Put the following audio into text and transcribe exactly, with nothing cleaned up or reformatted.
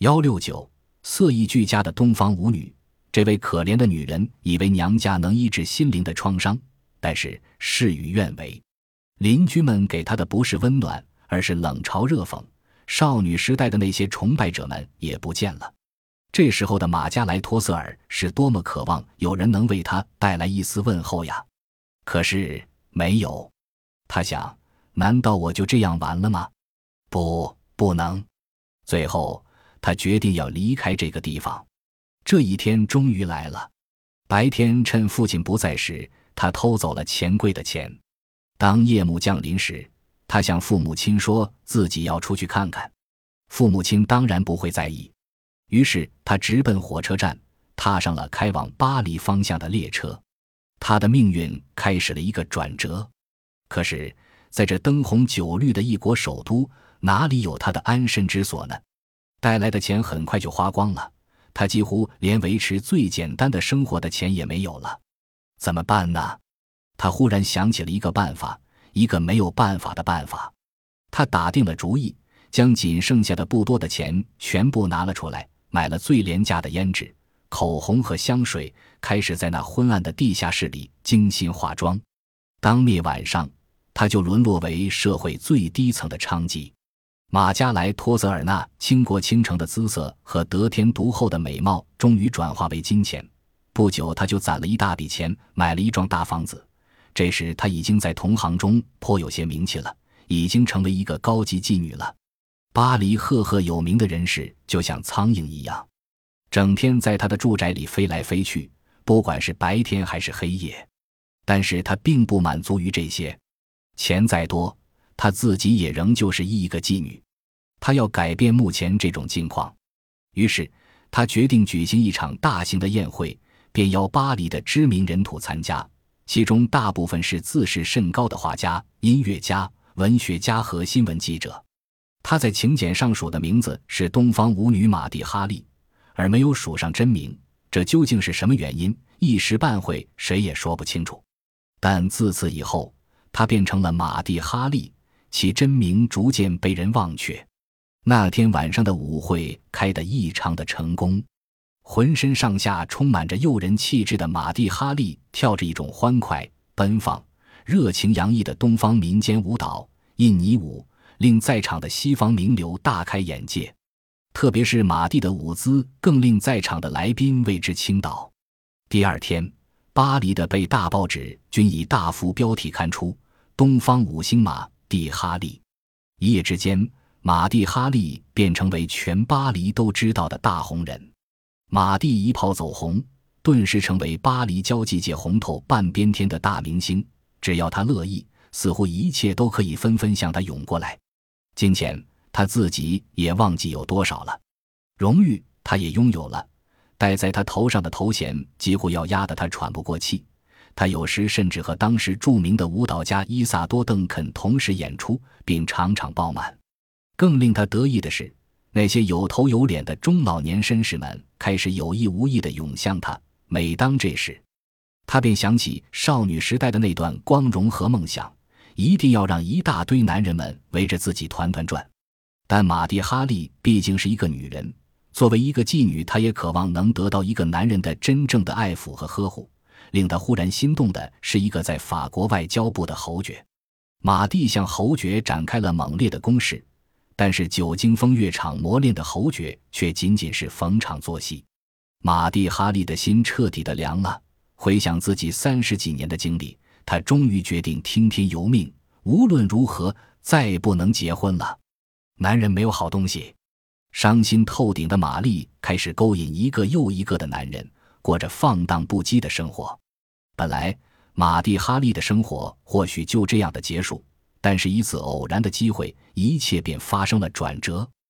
一六九色艺俱佳的东方舞女，这位可怜的女人以为娘家能医治心灵的创伤，但是事与愿违。邻居们给她的不是温暖，而是冷嘲热讽，少女时代的那些崇拜者们也不见了。这时候的马加莱托瑟尔是多么渴望有人能为他带来一丝问候呀！可是没有。他想，难道我就这样完了吗？不，不能。最后他决定要离开这个地方。这一天终于来了。白天趁父亲不在时，他偷走了钱柜的钱。当夜幕降临时，他向父母亲说自己要出去看看。父母亲当然不会在意。于是他直奔火车站，踏上了开往巴黎方向的列车。他的命运开始了一个转折。可是在这灯红酒绿的异国首都，哪里有他的安身之所呢？带来的钱很快就花光了，他几乎连维持最简单的生活的钱也没有了。怎么办呢？他忽然想起了一个办法，一个没有办法的办法。他打定了主意，将仅剩下的不多的钱全部拿了出来，买了最廉价的胭脂、口红和香水，开始在那昏暗的地下室里精心化妆。当灭晚上，他就沦落为社会最低层的娼妓。马加莱托泽尔纳倾国倾城的姿色和得天独厚的美貌终于转化为金钱。不久他就攒了一大笔钱，买了一幢大房子。这时他已经在同行中颇有些名气了，已经成为一个高级妓女了。巴黎赫赫有名的人士就像苍蝇一样，整天在他的住宅里飞来飞去，不管是白天还是黑夜。但是他并不满足于这些，钱再多，他自己也仍旧是一个妓女。他要改变目前这种境况，于是他决定举行一场大型的宴会，便邀巴黎的知名人土参加，其中大部分是自视甚高的画家、音乐家、文学家和新闻记者。他在请柬上署的名字是东方舞女玛蒂哈利，而没有署上真名，这究竟是什么原因？一时半会谁也说不清楚。但自此以后，他变成了玛蒂哈利，其真名逐渐被人忘却。那天晚上的舞会开得异常的成功，浑身上下充满着诱人气质的玛蒂哈利跳着一种欢快、奔放、热情洋溢的东方民间舞蹈印尼舞，令在场的西方名流大开眼界。特别是马蒂的舞姿更令在场的来宾为之倾倒。第二天，巴黎的被大报纸均以大幅标题刊出东方舞星马蒂哈利。一夜之间，马蒂哈利便成为全巴黎都知道的大红人。马蒂一炮走红，顿时成为巴黎交际界红透半边天的大明星。只要他乐意，似乎一切都可以纷纷向他涌过来。金钱他自己也忘记有多少了，荣誉他也拥有了，戴在他头上的头衔几乎要压得他喘不过气。他有时甚至和当时著名的舞蹈家伊萨多·邓肯同时演出，并场场爆满。更令他得意的是，那些有头有脸的中老年绅士们开始有意无意地涌向他。每当这时，他便想起少女时代的那段光荣和梦想，一定要让一大堆男人们围着自己团团转。但玛蒂哈利毕竟是一个女人，作为一个妓女，她也渴望能得到一个男人的真正的爱抚和呵护。令她忽然心动的是一个在法国外交部的侯爵。马蒂向侯爵展开了猛烈的攻势，但是久经风月场磨练的侯爵却仅仅是逢场作戏。马蒂哈利的心彻底的凉了，回想自己三十几年的经历，他终于决定听天由命，无论如何再也不能结婚了。男人没有好东西。伤心透顶的玛丽开始勾引一个又一个的男人，过着放荡不羁的生活。本来马蒂哈利的生活或许就这样的结束，但是一次偶然的机会，一切便发生了转折。